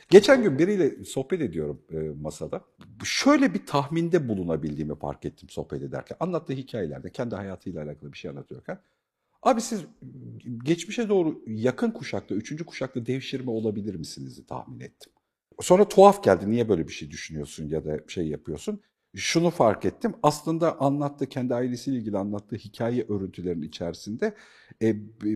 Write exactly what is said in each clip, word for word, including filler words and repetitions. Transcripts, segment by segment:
Geçen gün biriyle sohbet ediyorum e, masada. Şöyle bir tahminde bulunabildiğimi fark ettim sohbet ederken. Anlattığı hikayelerde kendi hayatıyla alakalı bir şey anlatıyorken. Abi siz geçmişe doğru yakın kuşakta, üçüncü kuşakta devşirme olabilir misiniz tahmin ettim. Sonra tuhaf geldi. Niye böyle bir şey düşünüyorsun ya da şey yapıyorsun? Şunu fark ettim. Aslında anlattığı, kendi ailesiyle ilgili anlattığı hikaye örüntülerinin içerisinde e,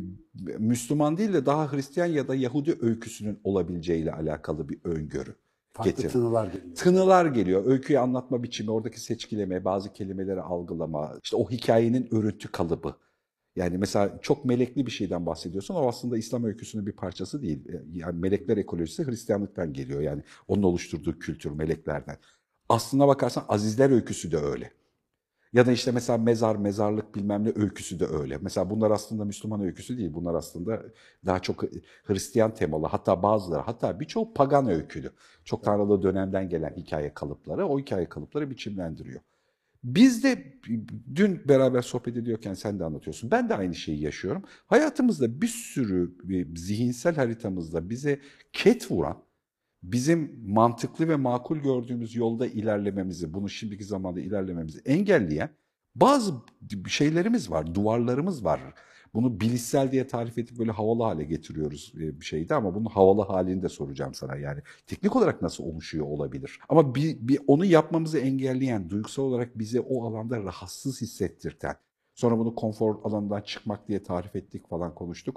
Müslüman değil de daha Hristiyan ya da Yahudi öyküsünün olabileceğiyle alakalı bir öngörü Farklı getir. tınılar geliyor. Tınılar geliyor. Öyküyü anlatma biçimi, oradaki seçkileme, bazı kelimeleri algılama, işte o hikayenin örüntü kalıbı. Yani mesela çok melekli bir şeyden bahsediyorsun. O aslında İslam öyküsünün bir parçası değil. Yani melekler ekolojisi Hristiyanlıktan geliyor. Yani onun oluşturduğu kültür meleklerden. Aslına bakarsan Azizler öyküsü de öyle. Ya da işte mesela mezar, mezarlık bilmem ne öyküsü de öyle. Mesela bunlar aslında Müslüman öyküsü değil. Bunlar aslında daha çok Hristiyan temalı. Hatta bazıları, hatta birçoğu pagan öykülü. Çok tanrılı dönemden gelen hikaye kalıpları, o hikaye kalıpları biçimlendiriyor. Biz de dün beraber sohbet ediyorken sen de anlatıyorsun. Ben de aynı şeyi yaşıyorum. Hayatımızda bir sürü zihinsel haritamızda bize ket vuran, bizim mantıklı ve makul gördüğümüz yolda ilerlememizi, bunu şimdiki zamanda ilerlememizi engelleyen bazı şeylerimiz var, duvarlarımız var. Bunu bilişsel diye tarif edip böyle havalı hale getiriyoruz bir şeyde ama bunun havalı halini de soracağım sana. Yani teknik olarak nasıl oluşuyor olabilir? Ama bir, bir onu yapmamızı engelleyen, duygusal olarak bize o alanda rahatsız hissettirten, sonra bunu konfor alanından çıkmak diye tarif ettik falan konuştuk.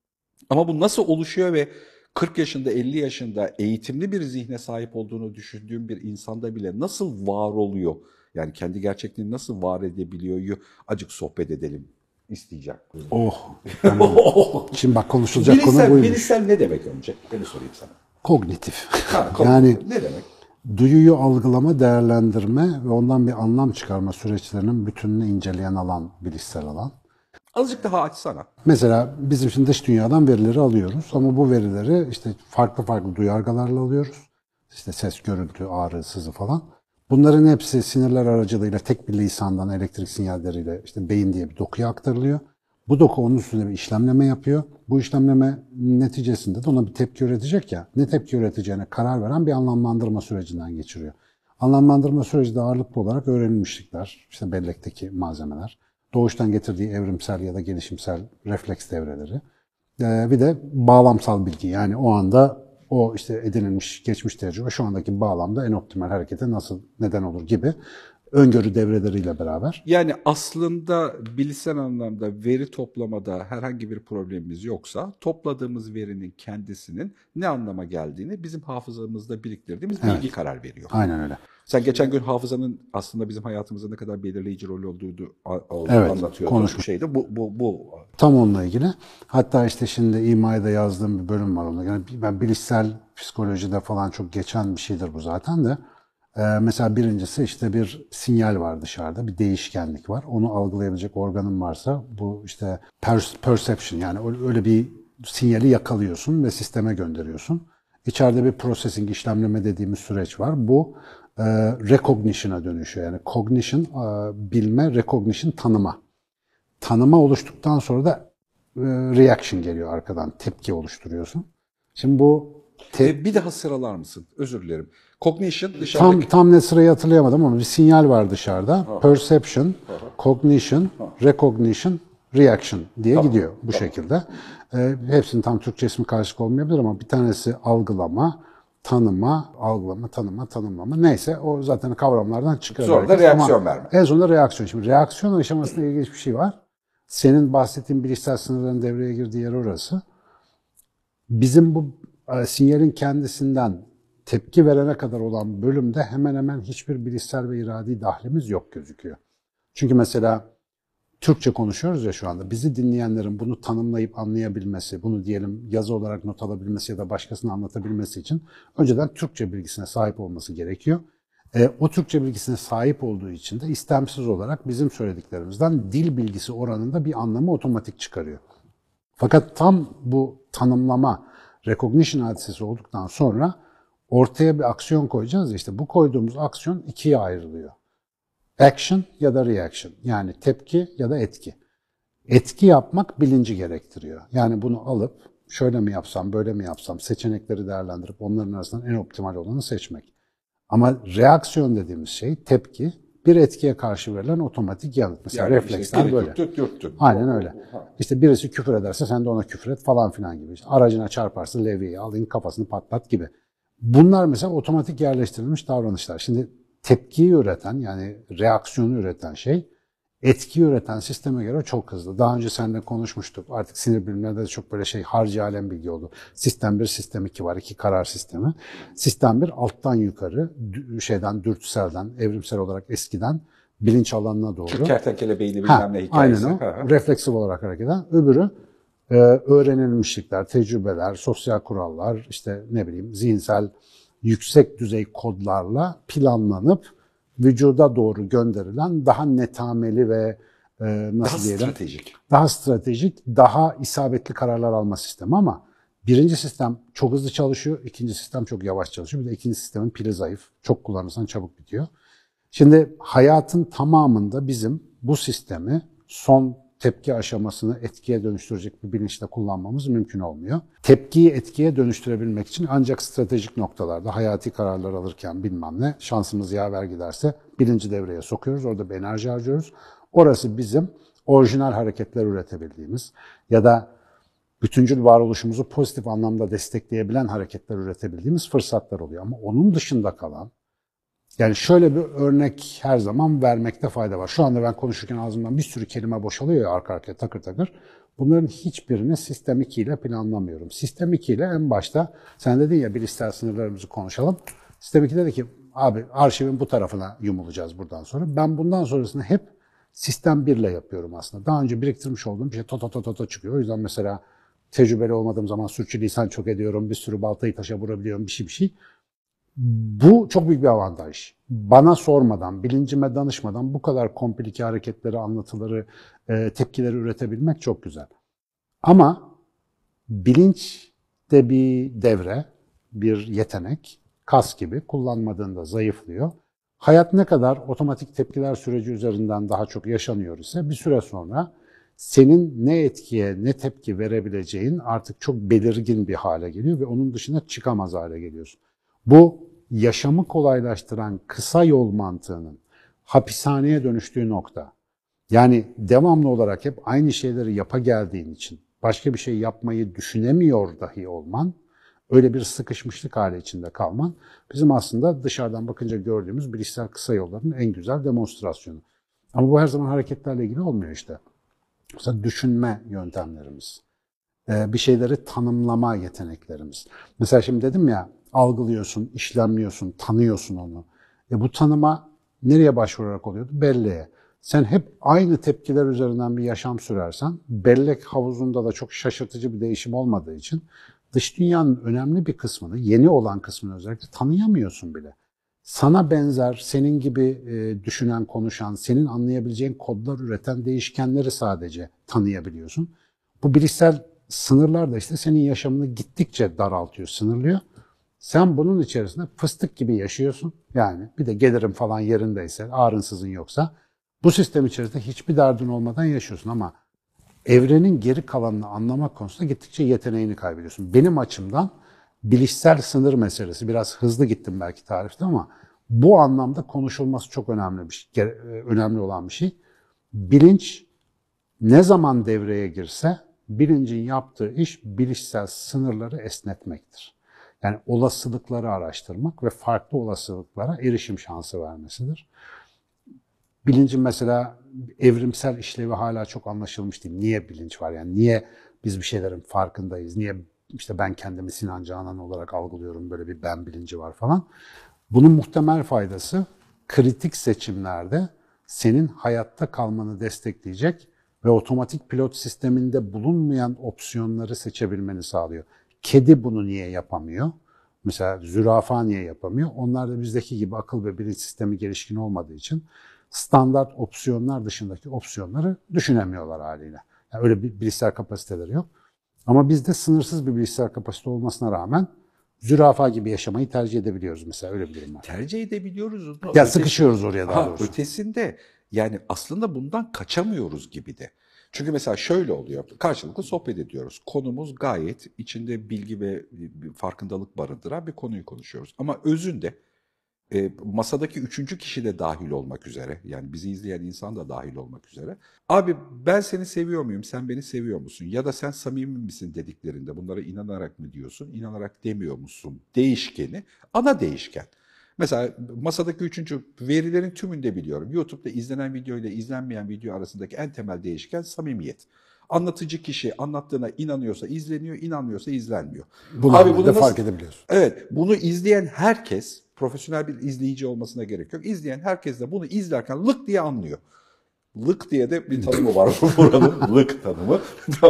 Ama bu nasıl oluşuyor ve kırk yaşında, elli yaşında eğitimli bir zihne sahip olduğunu düşündüğüm bir insanda bile nasıl var oluyor? Yani kendi gerçekliğini nasıl var edebiliyor? Acık sohbet edelim isteyeceğim. Oh. Yani, şimdi bak konuşulacak bilişsel, konu buymuş. Bilişsel ne demek önce? Beni sorayım sana. Kognitif. Ha, kognitif. Yani ne demek? Duyuyu algılama, değerlendirme ve ondan bir anlam çıkarma süreçlerinin bütününü inceleyen alan, bilişsel alan. Azıcık daha açsana. Mesela bizim şimdi dış dünyadan verileri alıyoruz ama bu verileri işte farklı farklı duyargalarla alıyoruz. İşte ses, görüntü, ağrı, sızı falan. Bunların hepsi sinirler aracılığıyla tek bir lisandan elektrik sinyalleriyle işte beyin diye bir dokuya aktarılıyor. Bu doku onun üstünde bir işlemleme yapıyor. Bu işlemleme neticesinde de ona bir tepki üretecek ya. Ne tepki üreteceğine karar veren bir anlamlandırma sürecinden geçiriyor. Anlamlandırma süreci de ağırlıklı olarak öğrenilmişlikler, işte bellekteki malzemeler, doğuştan getirdiği evrimsel ya da gelişimsel refleks devreleri. Ee, bir de bağlamsal bilgi, yani o anda o işte edinilmiş geçmiş tecrübe şu andaki bağlamda en optimal harekete nasıl neden olur gibi öngörü devreleriyle beraber. Yani aslında bilişsel anlamda veri toplamada herhangi bir problemimiz yoksa topladığımız verinin kendisinin ne anlama geldiğini bizim hafızamızda biriktirdiğimiz bilgi Evet. karar veriyor. Aynen öyle. Sen geçen gün hafızanın aslında bizim hayatımızda ne kadar belirleyici rol olduğunu Evet, anlatıyordun. konuşmuş. Şeyde bu bu bu Tam onunla ilgili. Hatta işte şimdi İMA'da yazdığım bir bölüm var onunla. Yani ben bilişsel psikolojide falan çok geçen bir şeydir bu zaten de. Ee, mesela birincisi işte bir sinyal var dışarıda, bir değişkenlik var. Onu algılayabilecek organın varsa bu işte perception, yani öyle bir sinyali yakalıyorsun ve sisteme gönderiyorsun. İçeride bir processing, işlemleme dediğimiz süreç var. Bu e, recognition'a dönüşüyor. Yani cognition, e, bilme, recognition, tanıma. Tanıma oluştuktan sonra da e, reaction geliyor arkadan. Tepki oluşturuyorsun. Şimdi bu e, bir daha sıralar mısın? Özür dilerim. Cognition tam dışarıdaki... tam ne sırayı hatırlayamadım ama bir sinyal var dışarıda. Ha. Perception, Ha. cognition, Ha. recognition, reaction diye Tamam. gidiyor bu Tamam. şekilde. E, hepsinin tam Türkçe ismi karışık olmayabilir ama bir tanesi algılama, tanıma, algılama, tanıma, tanımlama. Neyse o zaten kavramlardan çıkıyor. Sonra da reaksiyon verme. En sonunda reaksiyon. Şimdi reaksiyon aşamasında ilginç bir şey var. Senin bahsettiğin bilişsel sınırların devreye girdiği yer orası. Bizim bu e, sinyalin kendisinden tepki verene kadar olan bölümde hemen hemen hiçbir bilişsel ve iradi dahlimiz yok gözüküyor. Çünkü mesela Türkçe konuşuyoruz ya şu anda. Bizi dinleyenlerin bunu tanımlayıp anlayabilmesi, bunu diyelim yazı olarak not alabilmesi ya da başkasına anlatabilmesi için önceden Türkçe bilgisine sahip olması gerekiyor. E, o Türkçe bilgisine sahip olduğu için de istemsiz olarak bizim söylediklerimizden dil bilgisi oranında bir anlamı otomatik çıkarıyor. Fakat tam bu tanımlama, recognition hadisesi olduktan sonra ortaya bir aksiyon koyacağız. İşte bu koyduğumuz aksiyon ikiye ayrılıyor. Action ya da reaction, yani tepki ya da etki. Etki yapmak bilinci gerektiriyor. Yani bunu alıp şöyle mi yapsam, böyle mi yapsam, seçenekleri değerlendirip onların arasından en optimal olanı seçmek. Ama reaksiyon dediğimiz şey tepki, bir etkiye karşı verilen otomatik yanıt. Mesela Yani refleksler işte, böyle. Dürttün, dürttün. Aynen öyle. İşte birisi küfür ederse sen de ona küfür et falan filan gibi. İşte aracına çarparsa levyeyi al, kafasını patlat gibi. Bunlar mesela otomatik yerleştirilmiş davranışlar. Şimdi tepkiyi üreten, yani reaksiyonu üreten şey, etki üreten sisteme göre çok hızlı. Daha önce seninle konuşmuştuk. Artık sinir bilimlerinde de çok böyle şey harcı alem bilgi oldu. Sistem bir, sistem iki var. İki karar sistemi. Sistem bir alttan yukarı, şeyden, dürtüselden, evrimsel olarak eskiden bilinç alanına doğru. Şu kertenkele beyni bilmem Ha, ne hikayesi. aynen o. Ha, ha. Refleksif olarak hareket eden. Öbürü e, öğrenilmişlikler, tecrübeler, sosyal kurallar, işte ne bileyim zihinsel yüksek düzey kodlarla planlanıp vücuda doğru gönderilen daha netameli ve e, nasıl Daha diyelim? stratejik. Daha stratejik, daha isabetli kararlar alma sistemi ama birinci sistem çok hızlı çalışıyor, ikinci sistem çok yavaş çalışıyor. Bir de ikinci sistemin pili zayıf. Çok kullanırsan çabuk bitiyor. Şimdi hayatın tamamında bizim bu sistemi son tepki aşamasını etkiye dönüştürecek bir bilinçle kullanmamız mümkün olmuyor. Tepkiyi etkiye dönüştürebilmek için ancak stratejik noktalarda hayati kararlar alırken bilmem ne şansımız yaver giderse bilinci devreye sokuyoruz. Orada bir enerji harcıyoruz. Orası bizim orijinal hareketler üretebildiğimiz ya da bütüncül varoluşumuzu pozitif anlamda destekleyebilen hareketler üretebildiğimiz fırsatlar oluyor. Ama onun dışında kalan, yani şöyle bir örnek her zaman vermekte fayda var. Şu anda ben konuşurken ağzımdan bir sürü kelime boşalıyor ya arka arkaya takır takır. Bunların hiçbirini sistem iki ile planlamıyorum. Sistem iki ile en başta sen dedin ya bilişsel sınırlarımızı konuşalım. Sistem iki dedi ki abi arşivin bu tarafına yumulacağız buradan sonra. Ben bundan sonrasını hep sistem bir ile yapıyorum aslında. Daha önce biriktirmiş olduğum bir şey to to to to to çıkıyor. O yüzden mesela tecrübeli olmadığım zaman sürçülisan çok ediyorum. Bir sürü baltayı taşa vurabiliyorum bir şey bir şey. Bu çok büyük bir avantaj. Bana sormadan, bilincime danışmadan bu kadar komplike hareketleri, anlatıları, e, tepkileri üretebilmek çok güzel. Ama bilinç de bir devre, bir yetenek, kas gibi kullanmadığında zayıflıyor. Hayat ne kadar otomatik tepkiler süreci üzerinden daha çok yaşanıyor ise bir süre sonra senin ne etkiye, ne tepki verebileceğin artık çok belirgin bir hale geliyor ve onun dışına çıkamaz hale geliyorsun. Bu yaşamı kolaylaştıran kısa yol mantığının hapishaneye dönüştüğü nokta. Yani devamlı olarak hep aynı şeyleri yapa geldiğin için başka bir şey yapmayı düşünemiyor dahi olman, öyle bir sıkışmışlık hali içinde kalman bizim aslında dışarıdan bakınca gördüğümüz bilişsel kısa yolların en güzel demonstrasyonu. Ama bu her zaman hareketlerle ilgili olmuyor işte. Mesela düşünme yöntemlerimiz, bir şeyleri tanımlama yeteneklerimiz. Mesela şimdi dedim ya, algılıyorsun, işlemliyorsun, tanıyorsun onu. E bu tanıma nereye başvurarak oluyordu? Belleğe. Sen hep aynı tepkiler üzerinden bir yaşam sürersen, bellek havuzunda da çok şaşırtıcı bir değişim olmadığı için dış dünyanın önemli bir kısmını, yeni olan kısmını özellikle tanıyamıyorsun bile. Sana benzer, senin gibi e, düşünen, konuşan, senin anlayabileceğin kodlar üreten değişkenleri sadece tanıyabiliyorsun. Bu bilişsel sınırlar da işte senin yaşamını gittikçe daraltıyor, sınırlıyor. Sen bunun içerisinde fıstık gibi yaşıyorsun. Yani bir de gelirin falan yerindeyse, ağrınsızın yoksa bu sistem içerisinde hiçbir derdin olmadan yaşıyorsun ama evrenin geri kalanını anlamak konusunda gittikçe yeteneğini kaybediyorsun. Benim açımdan bilişsel sınır meselesi, biraz hızlı gittim belki tarifte ama bu anlamda konuşulması çok önemli bir şey, önemli olan bir şey. Bilinç ne zaman devreye girse bilincin yaptığı iş bilişsel sınırları esnetmektir. Yani olasılıkları araştırmak ve farklı olasılıklara erişim şansı vermesidir. Bilincin mesela evrimsel işlevi hala çok anlaşılmış değil. Niye bilinç var? Yani niye biz bir şeylerin farkındayız? Niye işte ben kendimi Sinan Canan olarak algılıyorum, böyle bir ben bilinci var falan. Bunun muhtemel faydası kritik seçimlerde senin hayatta kalmanı destekleyecek ve otomatik pilot sisteminde bulunmayan opsiyonları seçebilmeni sağlıyor. Kedi bunu niye yapamıyor? Mesela zürafa niye yapamıyor? Onlar da bizdeki gibi akıl ve bilinç sistemi gelişkin olmadığı için standart opsiyonlar dışındaki opsiyonları düşünemiyorlar haliyle. Yani öyle bir bilişsel kapasiteleri yok. Ama bizde sınırsız bir bilişsel kapasite olmasına rağmen zürafa gibi yaşamayı tercih edebiliyoruz mesela, öyle bir durum var. Tercih edebiliyoruz. Ya Ötesi, sıkışıyoruz oraya daha ha, doğrusu. Ötesinde yani aslında bundan kaçamıyoruz gibi de. Çünkü mesela şöyle oluyor, karşılıklı sohbet ediyoruz. Konumuz gayet içinde bilgi ve farkındalık barındıran bir konuyu konuşuyoruz. Ama özünde e, masadaki üçüncü kişi de dahil olmak üzere, yani bizi izleyen insan da dahil olmak üzere. Abi ben seni seviyor muyum, sen beni seviyor musun? Ya da sen samimi misin dediklerinde bunlara inanarak mı diyorsun, inanarak demiyor musun? Değişkeni, ana değişken. Mesela masadaki üçüncü verilerin tümünde biliyorum. YouTube'da izlenen video ile izlenmeyen video arasındaki en temel değişken samimiyet. Anlatıcı kişi anlattığına inanıyorsa izleniyor, inanmıyorsa izlenmiyor. Bunu Abi bunu da nasıl fark edebiliyorsun. Evet, bunu izleyen herkes, profesyonel bir izleyici olmasına gerek yok. İzleyen herkes de bunu izlerken lık diye anlıyor. Lık diye de bir tanımı var buranın, lık tanımı.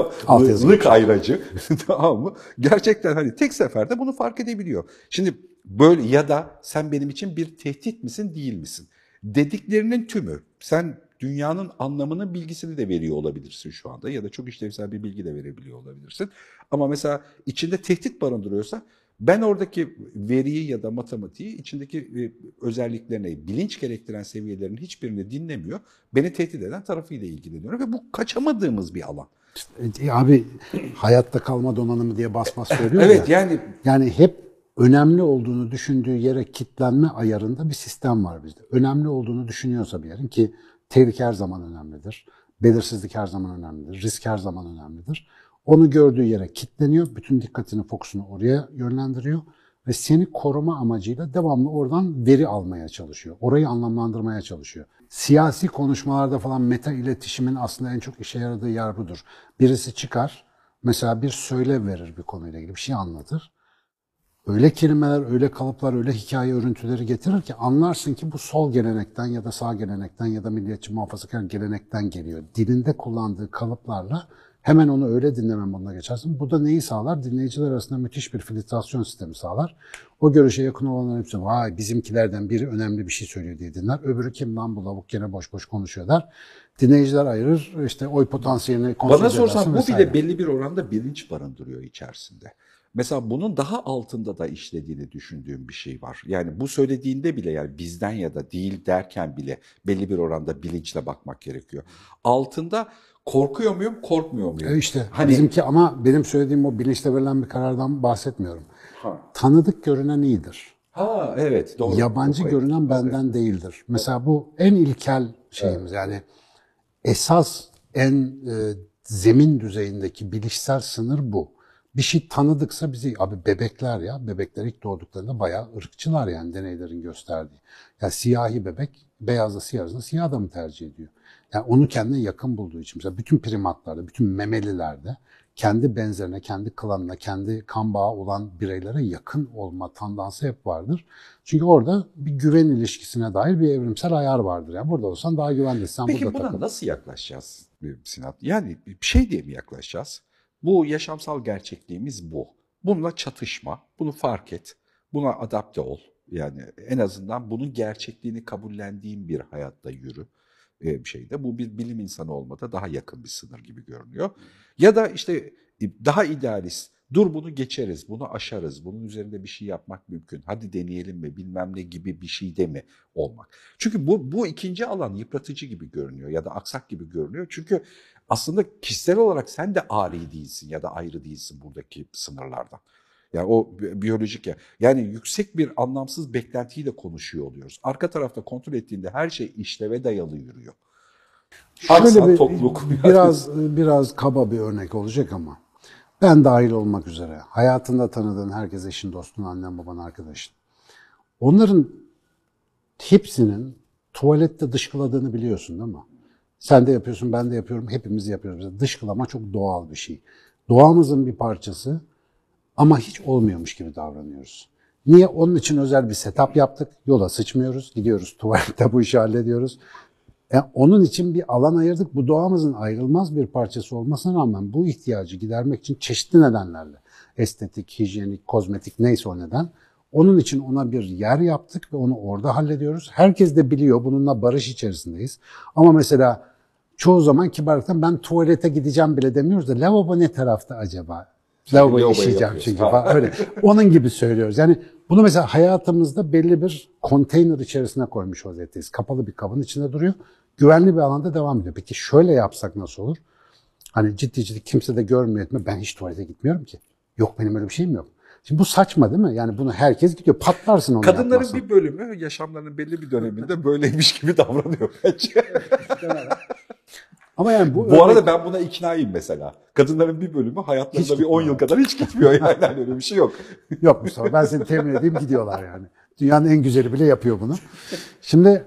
Lık ayracı, tamam mı? Gerçekten hani tek seferde bunu fark edebiliyor. Şimdi böyle ya da sen benim için bir tehdit misin, değil misin? Dediklerinin tümü, sen dünyanın anlamının bilgisini de veriyor olabilirsin şu anda ya da çok işlevsel bir bilgi de verebiliyor olabilirsin. Ama mesela içinde tehdit barındırıyorsa ben oradaki veriyi ya da matematiği içindeki özelliklerine, bilinç gerektiren seviyelerin hiçbirini dinlemiyor. Beni tehdit eden tarafıyla ilgileniyorum ve bu kaçamadığımız bir alan. E, abi hayatta kalma donanımı diye bas bas söylüyor Evet ya. yani Yani hep önemli olduğunu düşündüğü yere kitlenme ayarında bir sistem var bizde. Önemli olduğunu düşünüyorsa bir yerin, ki tehlike her zaman önemlidir. Belirsizlik her zaman önemlidir. Risk her zaman önemlidir. Onu gördüğü yere kitleniyor. Bütün dikkatini, fokusunu oraya yönlendiriyor. Ve seni koruma amacıyla devamlı oradan veri almaya çalışıyor. Orayı anlamlandırmaya çalışıyor. Siyasi konuşmalarda falan meta iletişimin aslında en çok işe yaradığı yer budur. Birisi çıkar, mesela bir söyle verir bir konuyla ilgili bir şey anlatır. Öyle kelimeler, öyle kalıplar, öyle hikaye örüntüleri getirir ki anlarsın ki bu sol gelenekten ya da sağ gelenekten ya da milliyetçi muhafazakar gelenekten geliyor. Dilinde kullandığı kalıplarla hemen onu öyle dinleme moduna geçersin. Bu da neyi sağlar? Dinleyiciler arasında müthiş bir filtrasyon sistemi sağlar. O görüşe yakın olanların hepsi vay bizimkilerden biri önemli bir şey söylüyor diye dinler. Öbürü kim lan bu lavuk gene boş boş konuşuyor der. Dinleyiciler ayırır, işte oy potansiyelini konsolide bana edersin sorsan bu vesaire. bile belli bir oranda bilinç barındırıyor içerisinde. Mesela bunun daha altında da işlediğini düşündüğüm bir şey var. Yani bu söylediğinde bile, yani bizden ya da değil derken bile belli bir oranda bilinçle bakmak gerekiyor. Altında korkuyor muyum, korkmuyor muyum? E işte Hani bizimki, ama benim söylediğim o bilinçle verilen bir karardan bahsetmiyorum. ha, Tanıdık görünen iyidir. ha evet doğru. Yabancı Çok görünen ayıp. benden değildir. Mesela bu en ilkel şeyimiz. Yani esas en e, zemin düzeyindeki bilişsel sınır bu. Bir şey tanıdıksa bizi, abi bebekler ya, bebekler ilk doğduklarında bayağı ırkçılar yani deneylerin gösterdiği. Ya siyahi bebek beyazla siyah arasında siyah adamı tercih ediyor. Yani onu kendine yakın bulduğu için. Mesela bütün primatlarda, bütün memelilerde kendi benzerine, kendi klanına, kendi kan bağı olan bireylere yakın olma tandansı hep vardır. Çünkü orada bir güven ilişkisine dair bir evrimsel ayar vardır. Yani burada olsan daha güvendesin. Sen Peki burada buna takıl. nasıl yaklaşacağız Sinan? Yani bir şey diye mi yaklaşacağız? Bu yaşamsal gerçekliğimiz bu. Bununla çatışma, bunu fark et, buna adapte ol. Yani en azından bunun gerçekliğini kabullendiğin bir hayatta yürü. Bir şeyde. Bu bir bilim insanı olmada daha yakın bir sınır gibi görünüyor. Ya da işte daha idealist, dur bunu geçeriz, bunu aşarız, bunun üzerinde bir şey yapmak mümkün, hadi deneyelim mi bilmem ne gibi bir şey de mi olmak. Çünkü bu, bu ikinci alan yıpratıcı gibi görünüyor ya da aksak gibi görünüyor. Çünkü aslında kişisel olarak sen de ari değilsin ya da ayrı değilsin buradaki sınırlardan. Yani o biyolojik ya. Yani yüksek bir anlamsız beklentiyle konuşuyor oluyoruz. Arka tarafta kontrol ettiğinde her şey işleve dayalı yürüyor. Şöyle bir, topluluk. biraz biraz kaba bir örnek olacak ama ben dahil olmak üzere hayatında tanıdığın herkes, eşin, dostun, annen, baban, arkadaşın. Onların hepsinin tuvalette dışkıladığını biliyorsun değil mi? Sen de yapıyorsun, ben de yapıyorum, hepimiz yapıyoruz. Dışkılama çok doğal bir şey. Doğamızın bir parçası ama hiç olmuyormuş gibi davranıyoruz. Niye? Onun için özel bir setup yaptık. Yola sıçmıyoruz, gidiyoruz tuvalette bu işi hallediyoruz. Yani onun için bir alan ayırdık. Bu doğamızın ayrılmaz bir parçası olmasına rağmen bu ihtiyacı gidermek için çeşitli nedenlerle, estetik, hijyenik, kozmetik neyse o neden, onun için ona bir yer yaptık ve onu orada hallediyoruz. Herkes de biliyor, bununla barış içerisindeyiz. Ama mesela çoğu zaman kibarlıktan ben tuvalete gideceğim bile demiyoruz da lavabo ne tarafta acaba? Lavaboya işeyeceğim çünkü falan öyle. Onun gibi söylüyoruz. Yani bunu mesela hayatımızda belli bir konteyner içerisine koymuş vaziyetteyiz. Kapalı bir kabın içinde duruyor. Güvenli bir alanda devam ediyor. Peki şöyle yapsak nasıl olur? Hani ciddi ciddi kimse de görmüyor etme. Ben hiç tuvalete gitmiyorum ki. Yok benim öyle bir şeyim yok. Şimdi bu saçma değil mi? Yani bunu herkes gidiyor. Patlarsın onu Kadınların yapmazsan. bir bölümü yaşamlarının belli bir döneminde böyleymiş gibi davranıyor bence. Ama yani bu, Bu arada ben buna iknaayım mesela. Kadınların bir bölümü hayatlarında Hiç bir on yıl kadar hiç gitmiyor yani. Hani öyle bir şey yok. Yok Mustafa, ben seni temin edeyim, gidiyorlar yani. Dünyanın en güzeli bile yapıyor bunu. Şimdi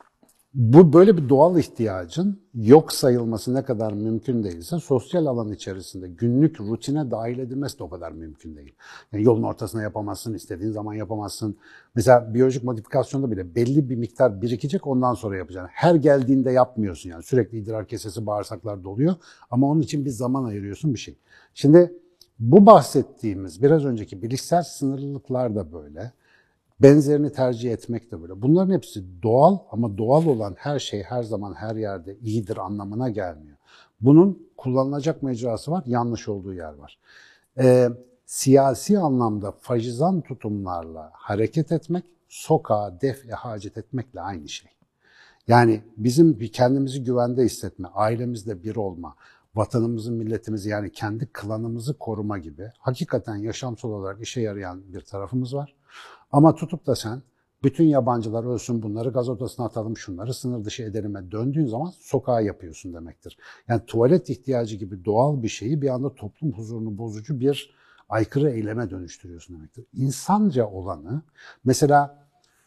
bu böyle bir doğal ihtiyacın yok sayılması ne kadar mümkün değilse sosyal alan içerisinde günlük rutine dahil edilmesi de o kadar mümkün değil. Yani yolun ortasına yapamazsın, istediğin zaman yapamazsın. Mesela biyolojik modifikasyonda bile belli bir miktar birikecek, ondan sonra yapacaksın. Her geldiğinde yapmıyorsun yani. Sürekli idrar kesesi, bağırsaklar doluyor ama onun için bir zaman ayırıyorsun, bir şey. Şimdi bu bahsettiğimiz biraz önceki bilişsel sınırlılıklar da böyle. Benzerini tercih etmek de böyle. Bunların hepsi doğal ama doğal olan her şey her zaman her yerde iyidir anlamına gelmiyor. Bunun kullanılacak mecrası var, yanlış olduğu yer var. Ee, siyasi anlamda faşizan tutumlarla hareket etmek, sokağa def-i hacet etmekle aynı şey. Yani bizim kendimizi güvende hissetme, ailemizle bir olma, vatanımızı, milletimizi yani kendi klanımızı koruma gibi hakikaten yaşamsal olarak işe yarayan bir tarafımız var. Ama tutup da sen bütün yabancılar ölsün, bunları gaz odasına atalım, şunları sınır dışı edelime döndüğün zaman sokağa yapıyorsun demektir. Yani tuvalet ihtiyacı gibi doğal bir şeyi bir anda toplum huzurunu bozucu bir aykırı eyleme dönüştürüyorsun demektir. İnsanca olanı mesela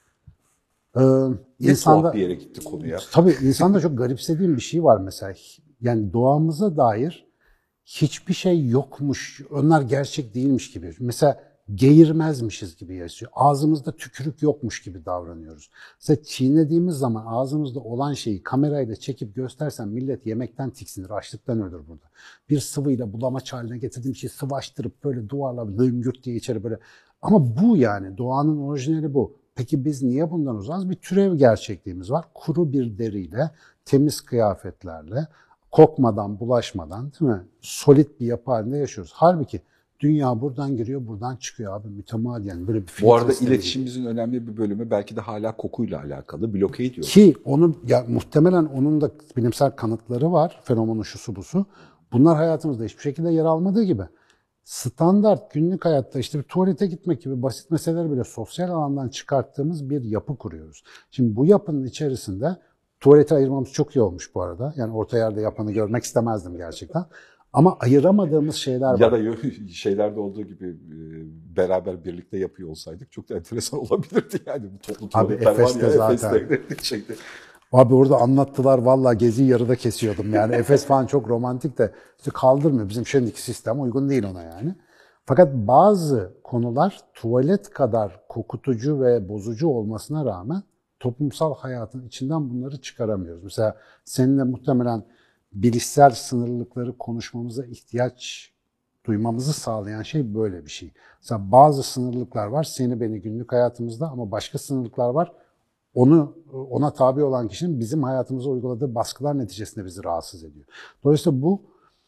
e, Ne insanda tuhaf bir yere gitti konu ya. tabii insanda çok garipsediğim bir şey var mesela. Yani doğamıza dair hiçbir şey yokmuş, onlar gerçek değilmiş gibi. Mesela geğirmezmişiz gibi yaşıyor. Ağzımızda tükürük yokmuş gibi davranıyoruz. Mesela çiğnediğimiz zaman ağzımızda olan şeyi kamerayla çekip göstersen millet yemekten tiksinir, açlıktan ölür burada. Bir sıvıyla bulamaç haline getirdiğim şeyi sıvaştırıp böyle duvarla lıngırt diye içeri böyle. Ama bu yani doğanın orijinali bu. Peki biz niye bundan uzağız? Bir türev gerçekliğimiz var. Kuru bir deriyle, temiz kıyafetlerle, kokmadan, bulaşmadan, değil mi? Solit bir yapı halinde yaşıyoruz. Halbuki dünya buradan giriyor, buradan çıkıyor abi. Mütemadiyen böyle bir Bu arada filtre sistemi iletişimimizin önemli bir bölümü belki de hala kokuyla alakalı. Bloke gibi. ediyoruz. Ki onun ya muhtemelen onun da bilimsel kanıtları var. Fenomenu şusu busu. Bunlar hayatımızda hiçbir şekilde yer almadığı gibi. Standart günlük hayatta işte bir tuvalete gitmek gibi basit meseleleri bile sosyal alandan çıkarttığımız bir yapı kuruyoruz. Şimdi bu yapının içerisinde tuvaleti ayırmamız çok iyi olmuş bu arada. Yani orta yerde yapanı görmek istemezdim gerçekten. Ama ayıramadığımız şeyler var. Ya da şeylerde olduğu gibi e, beraber birlikte yapıyor olsaydık çok da enteresan olabilirdi yani. Bu toplu tuvaletler var Efes'te ya zaten. Efes'te şeyde. Abi orada anlattılar, vallahi geziyi yarıda kesiyordum. Yani Efes falan çok romantik de işte kaldırmıyor. Bizim şimdiki sistem uygun değil ona yani. Fakat bazı konular tuvalet kadar kokutucu ve bozucu olmasına rağmen toplumsal hayatın içinden bunları çıkaramıyoruz. Mesela seninle muhtemelen bilişsel sınırlılıkları konuşmamıza ihtiyaç duymamızı sağlayan şey böyle bir şey. Mesela bazı sınırlılıklar var seni beni günlük hayatımızda ama başka sınırlılıklar var. Onu ona tabi olan kişinin bizim hayatımıza uyguladığı baskılar neticesinde bizi rahatsız ediyor. Dolayısıyla bu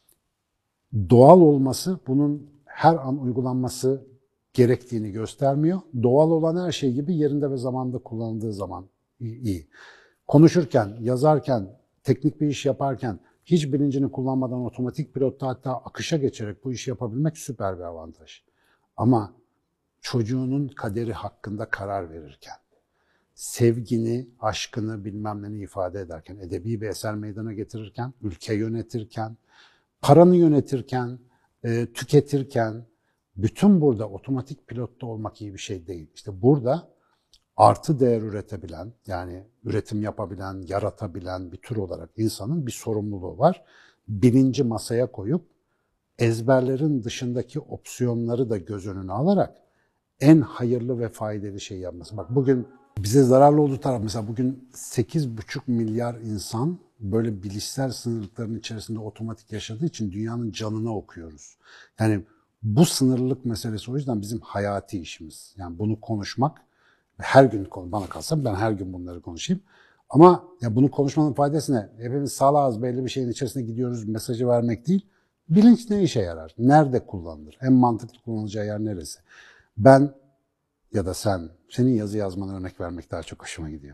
doğal olması bunun her an uygulanması gerektiğini göstermiyor. Doğal olan her şey gibi yerinde ve zamanda kullanıldığı zaman iyi. Konuşurken, yazarken, teknik bir iş yaparken hiç bilincini kullanmadan otomatik pilotta hatta akışa geçerek bu işi yapabilmek süper bir avantaj. Ama çocuğunun kaderi hakkında karar verirken, sevgini, aşkını bilmem neni ifade ederken, edebi bir eser meydana getirirken, ülke yönetirken, paranı yönetirken, e, tüketirken, bütün burada otomatik pilotta olmak iyi bir şey değil. İşte burada artı değer üretebilen, yani üretim yapabilen, yaratabilen bir tür olarak insanın bir sorumluluğu var. Bilinci masaya koyup ezberlerin dışındaki opsiyonları da göz önüne alarak en hayırlı ve faydalı şey yapması. Bak bugün bize zararlı olduğu taraf mesela bugün sekiz buçuk milyar insan böyle bilişsel sınırlıkların içerisinde otomatik yaşadığı için dünyanın canını okuyoruz. Yani bu sınırlılık meselesi o yüzden bizim hayati işimiz. Yani bunu konuşmak, her gün bana kalsa ben her gün bunları konuşayım. Ama ya bunu konuşmanın faydası ne? Hepimiz salağız, belli bir şeyin içerisine gidiyoruz, mesajı vermek değil. Bilinç ne işe yarar? Nerede kullanılır? En mantıklı kullanılacağı yer neresi? Ben ya da sen, senin yazı yazmana örnek vermek daha çok hoşuma gidiyor.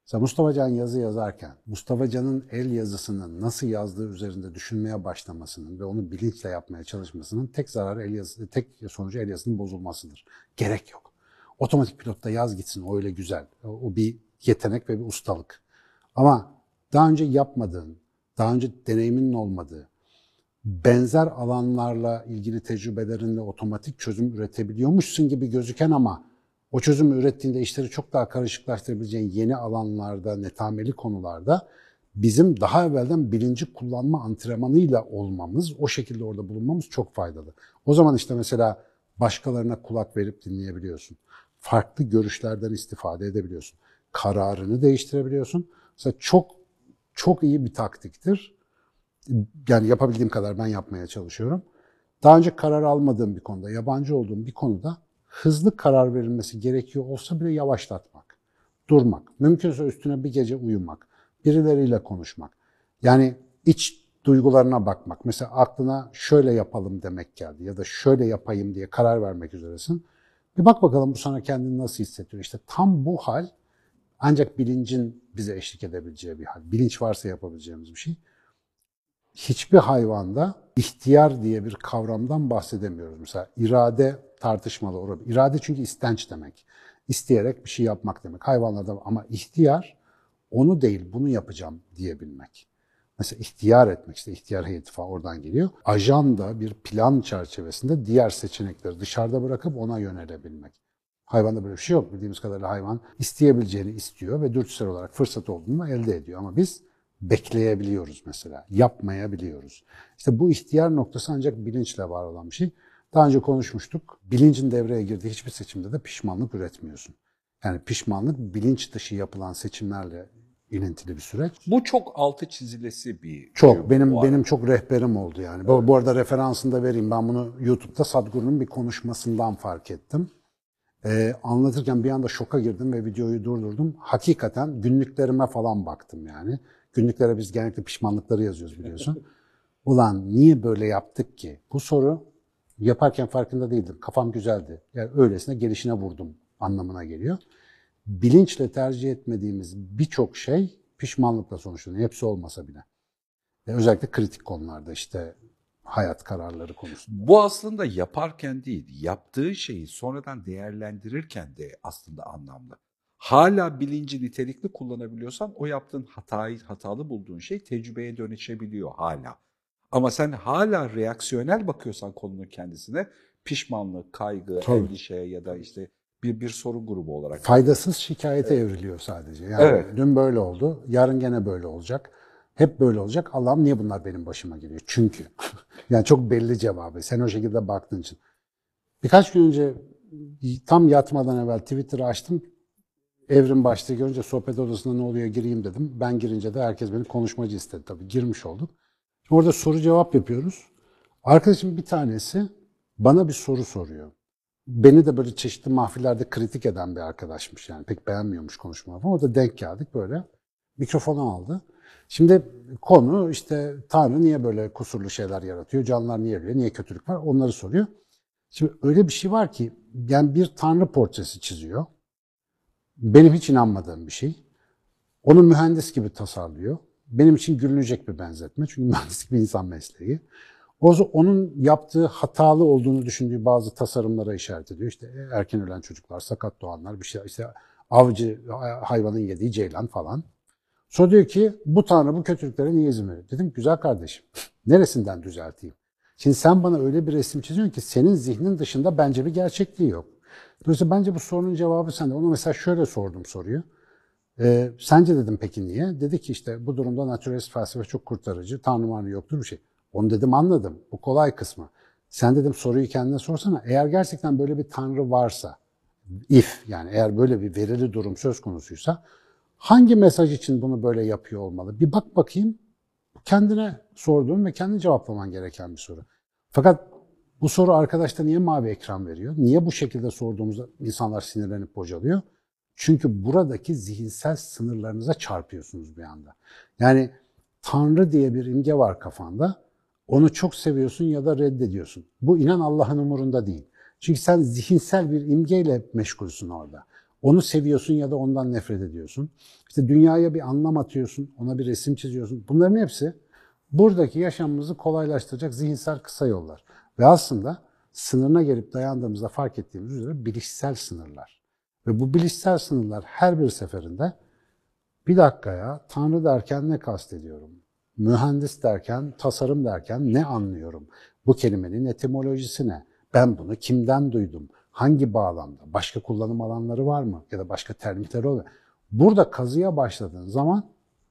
Mesela Mustafa Can yazı yazarken, Mustafa Can'ın el yazısını nasıl yazdığı üzerinde düşünmeye başlamasının ve onu bilinçle yapmaya çalışmasının tek zararı el yazısı, tek sonucu el yazısının bozulmasıdır. Gerek yok. Otomatik pilotta yaz gitsin, o öyle güzel. O bir yetenek ve bir ustalık. Ama daha önce yapmadığın, daha önce deneyiminin olmadığı, benzer alanlarla ilgili tecrübelerinle otomatik çözüm üretebiliyormuşsun gibi gözüken ama o çözümü ürettiğinde işleri çok daha karışıklaştırabileceğin yeni alanlarda, netameli konularda bizim daha evvelden bilinci kullanma antrenmanıyla olmamız, o şekilde orada bulunmamız çok faydalı. O zaman işte mesela başkalarına kulak verip dinleyebiliyorsun. Farklı görüşlerden istifade edebiliyorsun. Kararını değiştirebiliyorsun. Mesela çok çok iyi bir taktiktir. Yani yapabildiğim kadar ben yapmaya çalışıyorum. Daha önce karar almadığım bir konuda, yabancı olduğum bir konuda hızlı karar verilmesi gerekiyor olsa bile yavaşlatmak, durmak, mümkünse üstüne bir gece uyumak, birileriyle konuşmak. Yani iç duygularına bakmak. Mesela aklına şöyle yapalım demek geldi ya da şöyle yapayım diye karar vermek üzeresin. Bir bak bakalım bu sana kendini nasıl hissettiriyor. İşte tam bu hal ancak bilincin bize eşlik edebileceği bir hal. Bilinç varsa yapabileceğimiz bir şey. Hiçbir hayvanda ihtiyar diye bir kavramdan bahsedemiyoruz. Mesela irade tartışmalı olabilir. İrade çünkü istenç demek. İsteyerek bir şey yapmak demek. Hayvanlarda ama ihtiyar onu değil bunu yapacağım diyebilmek. Mesela ihtiyar etmek, işte ihtiyar heyeti falan oradan geliyor. Ajan da bir plan çerçevesinde diğer seçenekleri dışarıda bırakıp ona yönelebilmek. Hayvanda böyle bir şey yok. Bildiğimiz kadarıyla hayvan isteyebileceğini istiyor ve dürtüsel olarak fırsat olduğunu elde ediyor. Ama biz bekleyebiliyoruz mesela, yapmayabiliyoruz. İşte bu ihtiyar noktası ancak bilinçle var olan bir şey. Daha önce konuşmuştuk. Bilincin devreye girdiği hiçbir seçimde de pişmanlık üretmiyorsun. Yani pişmanlık bilinç dışı yapılan seçimlerle ilintili bir süreç. Bu çok altı çizilesi bir Çok şey benim bu benim arada. çok rehberim oldu yani. Bu, bu arada referansını da vereyim. Ben bunu YouTube'da Sadhguru'nun bir konuşmasından fark ettim. Ee, anlatırken bir anda şoka girdim ve videoyu durdurdum. Hakikaten günlüklerime falan baktım yani. Günlüklere biz genellikle pişmanlıkları yazıyoruz biliyorsun. Ulan niye böyle yaptık ki? Bu soru yaparken farkında değildim. Kafam güzeldi. Yani öylesine gelişine vurdum anlamına geliyor. Bilinçle tercih etmediğimiz birçok şey pişmanlıkla sonuçlanıyor. Hepsi olmasa bile. Ve özellikle kritik konularda işte hayat kararları konusunda. Bu aslında yaparken değil, yaptığı şeyi sonradan değerlendirirken de aslında anlamlı. Hala bilinci nitelikli kullanabiliyorsan o yaptığın hatayı, hatalı bulduğun şey tecrübeye dönüşebiliyor hala. Ama sen hala reaksiyonel bakıyorsan konunun kendisine pişmanlık, kaygı, Tabii. endişe ya da işte bir bir sorun grubu olarak. Faydasız şikayete evriliyor sadece. Yani Evet. dün böyle oldu, yarın gene böyle olacak. Hep böyle olacak. Allah'ım niye bunlar benim başıma geliyor? Çünkü. Yani çok belli cevabı. Sen o şekilde baktığın için. Birkaç gün önce tam yatmadan evvel Twitter'ı açtım. Evrim başlığı görünce sohbet odasında ne oluyor gireyim dedim. Ben girince de herkes beni konuşmacı istedi tabii. Girmiş olduk. Şimdi orada soru cevap yapıyoruz. Arkadaşım bir tanesi bana bir soru soruyor. Beni de böyle çeşitli mahfillerde kritik eden bir arkadaşmış yani. Pek beğenmiyormuş konuşmamı falan. Orada denk geldik böyle. Mikrofonu aldı. Şimdi konu işte Tanrı niye böyle kusurlu şeyler yaratıyor? Canlılar niye ölüyor? Niye kötülük var? Onları soruyor. Şimdi öyle bir şey var ki yani bir Tanrı portresi çiziyor. Benim hiç inanmadığım bir şey. Onu mühendis gibi tasarlıyor. Benim için gülünecek bir benzetme. Çünkü mühendislik bir insan mesleği. O onun yaptığı hatalı olduğunu düşündüğü bazı tasarımlara işaret ediyor. İşte erken ölen çocuklar, sakat doğanlar, bir şey işte avcı hayvanın yediği ceylan falan. Sonra diyor ki bu Tanrı bu kötülüklere niye izin veriyor? Dedim güzel kardeşim neresinden düzelteyim? Şimdi sen bana öyle bir resim çiziyorsun ki senin zihnin dışında bence bir gerçekliği yok. Dolayısıyla bence bu sorunun cevabı sende. Ona mesela şöyle sordum soruyu. Ee, sence dedim peki niye? Dedi ki işte bu durumda naturalist felsefe çok kurtarıcı. Tanrı manrı yoktur bir şey. Onu dedim anladım. Bu kolay kısmı. Sen dedim soruyu kendine sorsana. Eğer gerçekten böyle bir Tanrı varsa, if yani eğer böyle bir verili durum söz konusuysa hangi mesaj için bunu böyle yapıyor olmalı? Bir bak bakayım. Kendine sorduğun ve kendi cevaplaman gereken bir soru. Fakat bu soru arkadaşta niye mavi ekran veriyor? Niye bu şekilde sorduğumuzda insanlar sinirlenip bocalıyor? Çünkü buradaki zihinsel sınırlarınıza çarpıyorsunuz bir anda. Yani Tanrı diye bir imge var kafanda. Onu çok seviyorsun ya da reddediyorsun. Bu inan Allah'ın umurunda değil. Çünkü sen zihinsel bir imgeyle meşgulsün orada. Onu seviyorsun ya da ondan nefret ediyorsun. İşte dünyaya bir anlam atıyorsun, ona bir resim çiziyorsun. Bunların hepsi buradaki yaşamımızı kolaylaştıracak zihinsel kısa yollar. Ve aslında sınırına gelip dayandığımızda fark ettiğimiz üzere bilişsel sınırlar. Ve bu bilişsel sınırlar her bir seferinde bir dakika ya, Tanrı derken ne kastediyorum? Mühendis derken, tasarım derken ne anlıyorum? Bu kelimenin etimolojisi ne? Ben bunu kimden duydum? Hangi bağlamda? Başka kullanım alanları var mı? Ya da başka termitleri oluyor. Burada kazıya başladığın zaman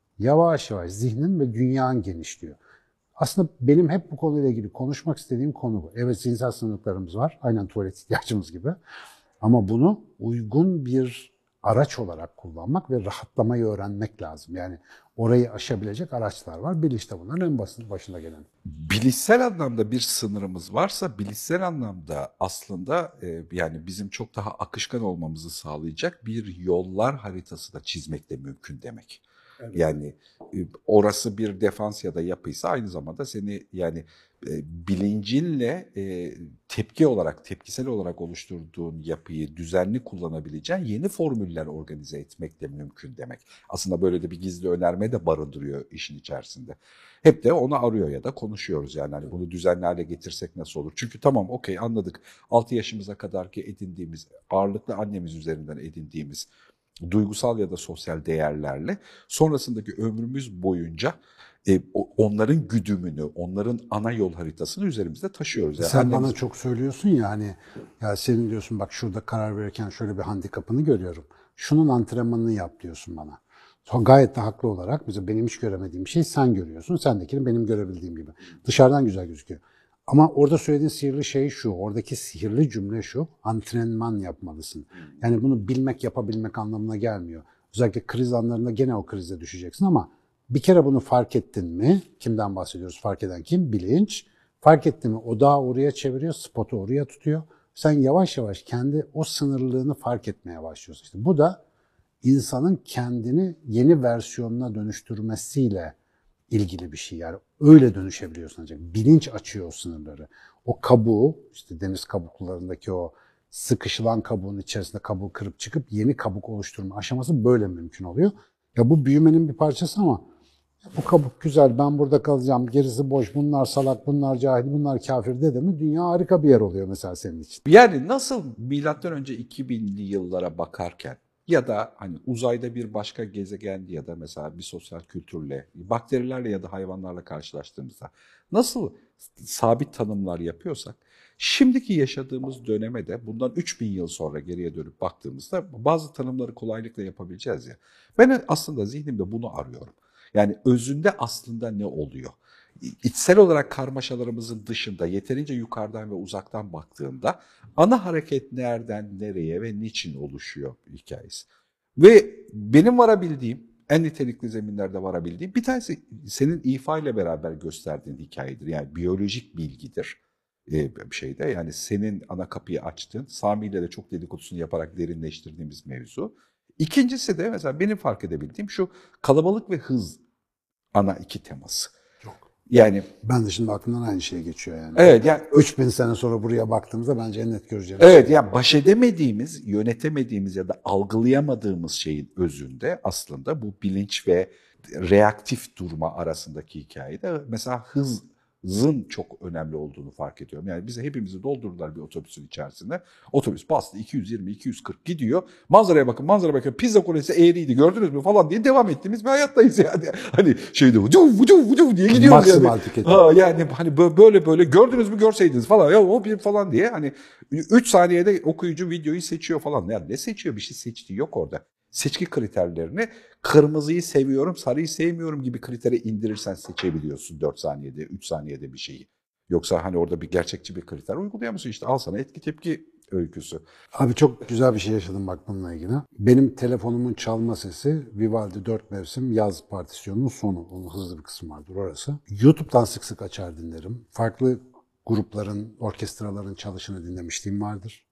yavaş yavaş zihnin ve dünyan genişliyor. Aslında benim hep bu konuyla ilgili konuşmak istediğim konu bu. Evet, zihinsel sınırlarımız var. Aynen tuvalet ihtiyacımız gibi. Ama bunu uygun bir araç olarak kullanmak ve rahatlamayı öğrenmek lazım. Yani orayı aşabilecek araçlar var. Bilinç de bunların en basit başında gelen. Bilişsel anlamda bir sınırımız varsa bilişsel anlamda aslında e, yani bizim çok daha akışkan olmamızı sağlayacak bir yollar haritası da çizmek de mümkün demek. Evet. Yani e, orası bir defans ya da yapıysa aynı zamanda seni yani e, bilincinle e, tepki olarak, tepkisel olarak oluşturduğun yapıyı düzenli kullanabileceğin yeni formüller organize etmek de mümkün demek. Aslında böyle de bir gizli önerme de barındırıyor işin içerisinde. Hep de onu arıyor ya da konuşuyoruz yani hani bunu düzenli hale getirsek nasıl olur? Çünkü tamam okey anladık altı yaşımıza kadar ki edindiğimiz ağırlıklı annemiz üzerinden edindiğimiz duygusal ya da sosyal değerlerle sonrasındaki ömrümüz boyunca e, onların güdümünü, onların ana yol haritasını üzerimizde taşıyoruz. Yani sen annemiz... bana çok söylüyorsun ya hani ya senin diyorsun bak şurada karar verirken şöyle bir handikapını görüyorum. Şunun antrenmanını yap diyorsun bana. Sonra gayet de haklı olarak mesela benim hiç göremediğim şey sen görüyorsun. Sendekini benim görebildiğim gibi. Dışarıdan güzel gözüküyor. Ama orada söylediğin sihirli şey şu, oradaki sihirli cümle şu, antrenman yapmalısın. Yani bunu bilmek, yapabilmek anlamına gelmiyor. Özellikle kriz anlarında gene o krize düşeceksin ama bir kere bunu fark ettin mi? Kimden bahsediyoruz? Fark eden kim? Bilinç. Fark etti mi? Odağı oraya çeviriyor, spotu oraya tutuyor. Sen yavaş yavaş kendi o sınırlılığını fark etmeye başlıyorsun. İşte bu da insanın kendini yeni versiyonuna dönüştürmesiyle ilgili bir şey. Yani öyle dönüşebiliyorsun ancak. Bilinç açıyor o sınırları. O kabuğu, işte deniz kabuklarındaki o sıkışılan kabuğun içerisinde kabuğu kırıp çıkıp yeni kabuk oluşturma aşaması böyle mümkün oluyor. Ya bu büyümenin bir parçası ama bu kabuk güzel, ben burada kalacağım, gerisi boş, bunlar salak, bunlar cahil, bunlar kafir dedi mi dünya harika bir yer oluyor mesela senin için. Yani nasıl milattan önce iki binli yıllara bakarken ya da hani uzayda bir başka gezegende ya da mesela bir sosyal kültürle, bakterilerle ya da hayvanlarla karşılaştığımızda nasıl sabit tanımlar yapıyorsak, şimdiki yaşadığımız döneme de bundan üç bin yıl sonra geriye dönüp baktığımızda bazı tanımları kolaylıkla yapabileceğiz ya. Ben aslında zihnimde bunu arıyorum. Yani özünde aslında ne oluyor? İçsel olarak karmaşalarımızın dışında yeterince yukarıdan ve uzaktan baktığında ana hareket nereden nereye ve niçin oluşuyor hikayesi. Ve benim varabildiğim, en nitelikli zeminlerde varabildiğim bir tanesi senin ifa ile beraber gösterdiğin hikayedir. Yani biyolojik bilgidir bir şeyde. Yani senin ana kapıyı açtığın, Sami ile de çok dedikodusunu yaparak derinleştirdiğimiz mevzu. İkincisi de mesela benim fark edebildiğim şu kalabalık ve hız ana iki teması. Çok. Yani ben de şimdi aklımdan aynı şey geçiyor yani. Evet yani üç bin sene sonra buraya baktığımızda bence en net göreceğimiz. Evet şey. Yani baş edemediğimiz, yönetemediğimiz ya da algılayamadığımız şeyin özünde aslında bu bilinç ve reaktif durma arasındaki hikayede mesela hız Zın çok önemli olduğunu fark ediyorum. Yani bize hepimizi doldurdular bir otobüsün içerisinde. Otobüs bastı iki yüz yirmi iki yüz kırk gidiyor. Manzaraya bakın, manzaraya bakın. Pizza kulesi eğriydi gördünüz mü falan diye devam ettiğimiz bir hayattayız yani. Hani şeyde vucu vucu vucu diye gidiyoruz Maksimal yani. tüketim. Ha yani hani böyle böyle gördünüz mü görseydiniz falan ya o bir falan diye hani üç saniyede okuyucu videoyu seçiyor falan. Yani ne seçiyor? Bir şey seçtiği yok orada. Seçki kriterlerini kırmızıyı seviyorum, sarıyı sevmiyorum gibi kritere indirirsen seçebiliyorsun dört saniyede, üç saniyede bir şeyi. Yoksa hani orada bir gerçekçi bir kriter uygulayamıyorsun. İşte al sana etki tepki öyküsü. Abi çok güzel bir şey yaşadım bak bununla ilgili. Benim telefonumun çalma sesi Vivaldi dört Mevsim Yaz Partisyonunun sonu. Onun hızlı bir kısmı vardır orası. YouTube'dan sık sık açar dinlerim. Farklı grupların, orkestraların çalışını dinlemişliğim vardır.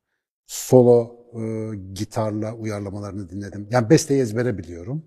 Solo e, gitarla uyarlamalarını dinledim. Yani besteyi ezbere biliyorum.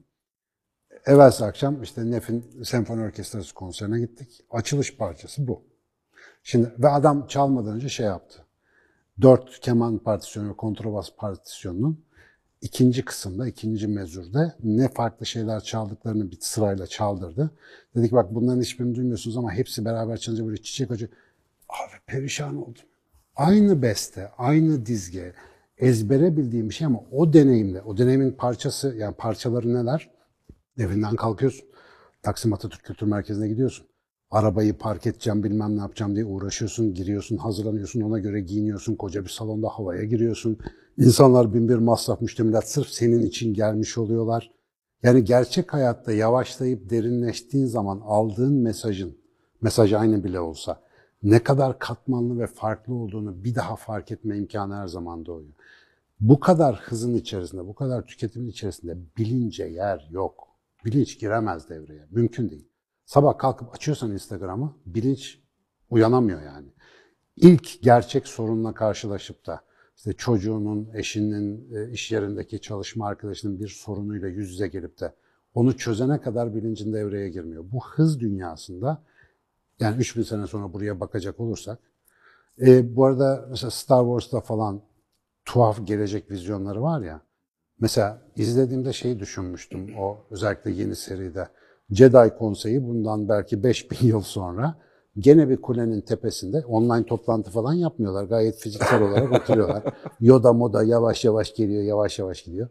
Evvelsi akşam işte Nef'in Senfoni Orkestrası konserine gittik. Açılış parçası bu. Şimdi ve adam çalmadan önce şey yaptı. Dört keman partisyonu ve kontrabas partisyonunun ikinci kısımda, ikinci mezurda ne farklı şeyler çaldıklarını bir sırayla çaldırdı. Dedi ki bak bunların hiçbirini duymuyorsunuz ama hepsi beraber çalınca böyle çiçek acı. Abi perişan oldum. Aynı beste, aynı dizge, ezbere bildiğim bir şey ama o deneyimle, o deneyimin parçası, yani parçaları neler? Evinden kalkıyorsun. Taksim Atatürk Kültür Merkezi'ne gidiyorsun. Arabayı park edeceğim, bilmem ne yapacağım diye uğraşıyorsun, giriyorsun, hazırlanıyorsun, ona göre giyiniyorsun, koca bir salonda havaya giriyorsun. İnsanlar bin bir masraf müştemilat sırf senin için gelmiş oluyorlar. Yani gerçek hayatta yavaşlayıp derinleştiğin zaman aldığın mesajın, mesaj aynı bile olsa, ne kadar katmanlı ve farklı olduğunu bir daha fark etme imkanı her zaman doğuyor. Bu kadar hızın içerisinde, bu kadar tüketimin içerisinde bilince yer yok. Bilinç giremez devreye. Mümkün değil. Sabah kalkıp açıyorsan Instagram'ı, bilinç uyanamıyor yani. İlk gerçek sorunla karşılaşıp da işte çocuğunun, eşinin, iş yerindeki çalışma arkadaşının bir sorunuyla yüz yüze gelip de onu çözene kadar bilincin devreye girmiyor. Bu hız dünyasında, yani üç bin sene sonra buraya bakacak olursak, e, bu arada mesela Star Wars'ta falan tuhaf gelecek vizyonları var ya. Mesela izlediğimde şeyi düşünmüştüm, o özellikle yeni seride. Jedi Konseyi bundan belki beş bin yıl sonra gene bir kulenin tepesinde online toplantı falan yapmıyorlar. Gayet fiziksel olarak oturuyorlar. Yoda moda yavaş yavaş geliyor, yavaş yavaş gidiyor.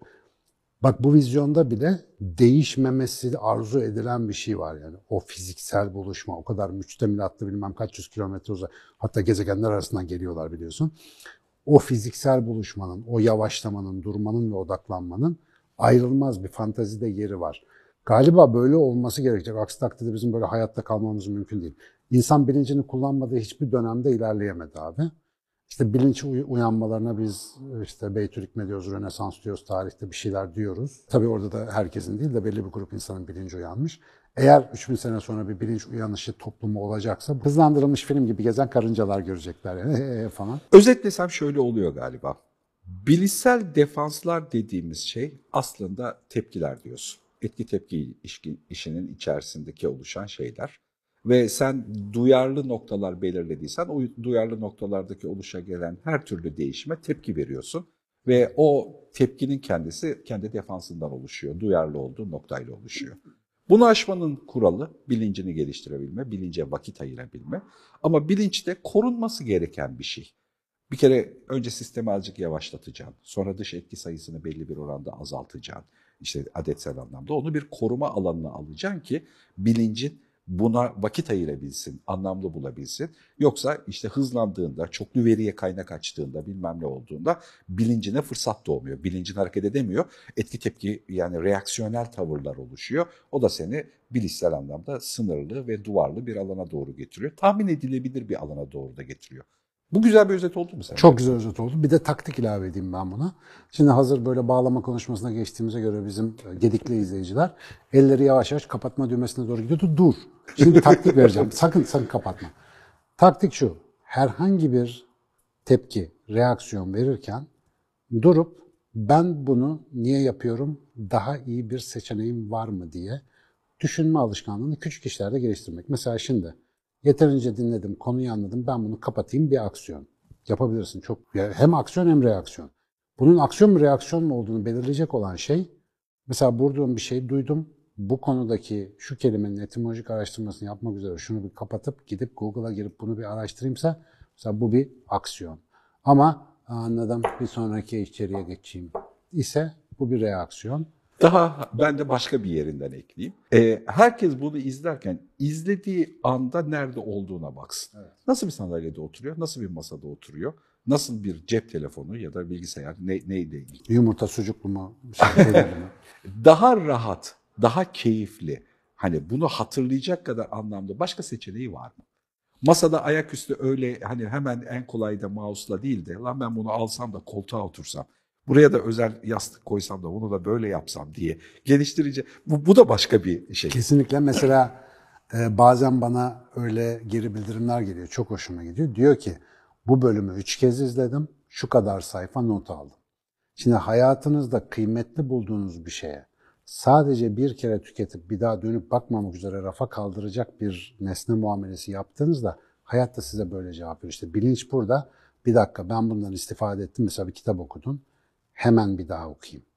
Bak bu vizyonda bile değişmemesi arzu edilen bir şey var yani. O fiziksel buluşma, o kadar müçtemilatlı bilmem kaç yüz kilometre uzak. Hatta gezegenler arasından geliyorlar biliyorsun. O fiziksel buluşmanın, o yavaşlamanın, durmanın ve odaklanmanın ayrılmaz bir fantazide yeri var. Galiba böyle olması gerekecek. Aksi takdirde bizim böyle hayatta kalmamız mümkün değil. İnsan bilincini kullanmadığı hiçbir dönemde ilerleyemedi abi. İşte bilinç uyanmalarına biz işte Beytülhikme diyoruz, Rönesans diyoruz, tarihte bir şeyler diyoruz. Tabii orada da herkesin değil de belli bir grup insanın bilinci uyanmış. Eğer üç bin sene sonra bir bilinç uyanışı toplumu olacaksa hızlandırılmış film gibi gezen karıncalar görecekler yani falan. Özetlesem şöyle oluyor galiba. Bilişsel defanslar dediğimiz şey aslında tepkiler diyorsun. Etki tepki işinin içerisindeki oluşan şeyler. Ve sen duyarlı noktalar belirlediysen o duyarlı noktalardaki oluşa gelen her türlü değişime tepki veriyorsun. Ve o tepkinin kendisi kendi defansından oluşuyor. Duyarlı olduğu noktayla oluşuyor. Bunu aşmanın kuralı bilincini geliştirebilme, bilince vakit ayırabilme. Ama bilinç de korunması gereken bir şey. Bir kere önce sistemi azıcık yavaşlatacaksın. Sonra dış etki sayısını belli bir oranda azaltacaksın. İşte adetsel anlamda onu bir koruma alanına alacaksın ki bilincin buna vakit ayırabilsin, anlamlı bulabilsin. Yoksa işte hızlandığında, çoklu veriye kaynak açtığında, bilmem ne olduğunda bilincine fırsat doğmuyor. Bilincin hareket edemiyor. Etki tepki yani reaksiyonel tavırlar oluşuyor. O da seni bilişsel anlamda sınırlı ve duvarlı bir alana doğru getiriyor. Tahmin edilebilir bir alana doğru da getiriyor. Bu güzel bir özet oldu mu sence? Çok güzel özet oldu. Bir de taktik ilave edeyim ben buna. Şimdi hazır böyle bağlama konuşmasına geçtiğimize göre bizim gedikli izleyiciler elleri yavaş yavaş kapatma düğmesine doğru gidiyordu. Dur. Şimdi bir taktik vereceğim. Sakın sakın kapatma. Taktik şu. Herhangi bir tepki, reaksiyon verirken durup ben bunu niye yapıyorum, daha iyi bir seçeneğim var mı diye düşünme alışkanlığını küçük işlerde geliştirmek. Mesela şimdi yeterince dinledim, konuyu anladım, ben bunu kapatayım, bir aksiyon. Yapabilirsin. Çok hem aksiyon hem reaksiyon. Bunun aksiyon mu reaksiyon mu olduğunu belirleyecek olan şey, mesela burada bir şey duydum, bu konudaki şu kelimenin etimolojik araştırmasını yapmak üzere şunu bir kapatıp gidip Google'a girip bunu bir araştırayımsa, mesela bu bir aksiyon. Ama anladım, bir sonraki içeriye geçeyim ise bu bir reaksiyon. Daha ben de başka bir yerinden ekleyeyim. Ee, herkes bunu izlerken izlediği anda nerede olduğuna baksın. Evet. Nasıl bir sandalyede oturuyor, nasıl bir masada oturuyor, nasıl bir cep telefonu ya da bilgisayar ne, neyle ilgili? Yumurta sucuklu mu? Şey mi? Daha rahat, daha keyifli, hani bunu hatırlayacak kadar anlamda başka seçeneği var mı? Masada ayaküstü öyle hani hemen en kolay da mouse'la değil de lan ben bunu alsam da koltuğa otursam, buraya da özel yastık koysam da bunu da böyle yapsam diye geliştirici. Bu, bu da başka bir şey. Kesinlikle. Mesela e, bazen bana öyle geri bildirimler geliyor. Çok hoşuma gidiyor. Diyor ki bu bölümü üç kez izledim. Şu kadar sayfa not aldım. Şimdi hayatınızda kıymetli bulduğunuz bir şeye sadece bir kere tüketip bir daha dönüp bakmamak üzere rafa kaldıracak bir nesne muamelesi yaptığınızda hayat da size böyle cevap veriyor. İşte bilinç burada. Bir dakika ben bundan istifade ettim. Mesela bir kitap okudun. Hemen bir daha okuyayım.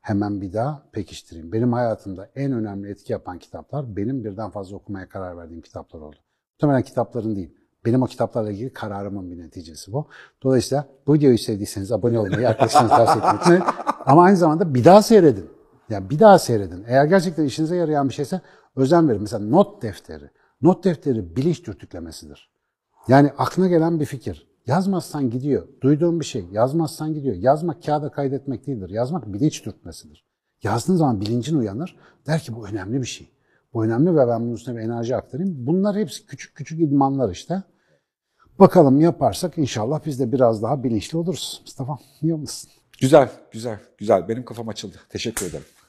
hemen bir daha pekiştireyim. Benim hayatımda en önemli etki yapan kitaplar benim birden fazla okumaya karar verdiğim kitaplar oldu. Muhtemelen kitapların değil. Benim o kitaplarla ilgili kararımın bir neticesi bu. Dolayısıyla bu videoyu sevdiyseniz abone olmayı, arkadaşlarınızı tavsiye etmeyi unutmayın. Ama aynı zamanda bir daha seyredin. Yani bir daha seyredin. Eğer gerçekten işinize yarayan bir şeyse özen verin. Mesela not defteri. Not defteri bilinç dürtüklemesidir. Yani aklına gelen bir fikir. Yazmazsan gidiyor. Duyduğun bir şey. Yazmazsan gidiyor. Yazmak kağıda kaydetmek değildir. Yazmak bilinç dürtmesidir. Yazdığın zaman bilincin uyanır. Der ki bu önemli bir şey. Bu önemli ve ben bunun üstüne bir enerji aktarayım. Bunlar hepsi küçük küçük idmanlar işte. Bakalım yaparsak inşallah biz de biraz daha bilinçli oluruz. Mustafa, iyi olmasın? Güzel, güzel, güzel. Benim kafam açıldı. Teşekkür ederim.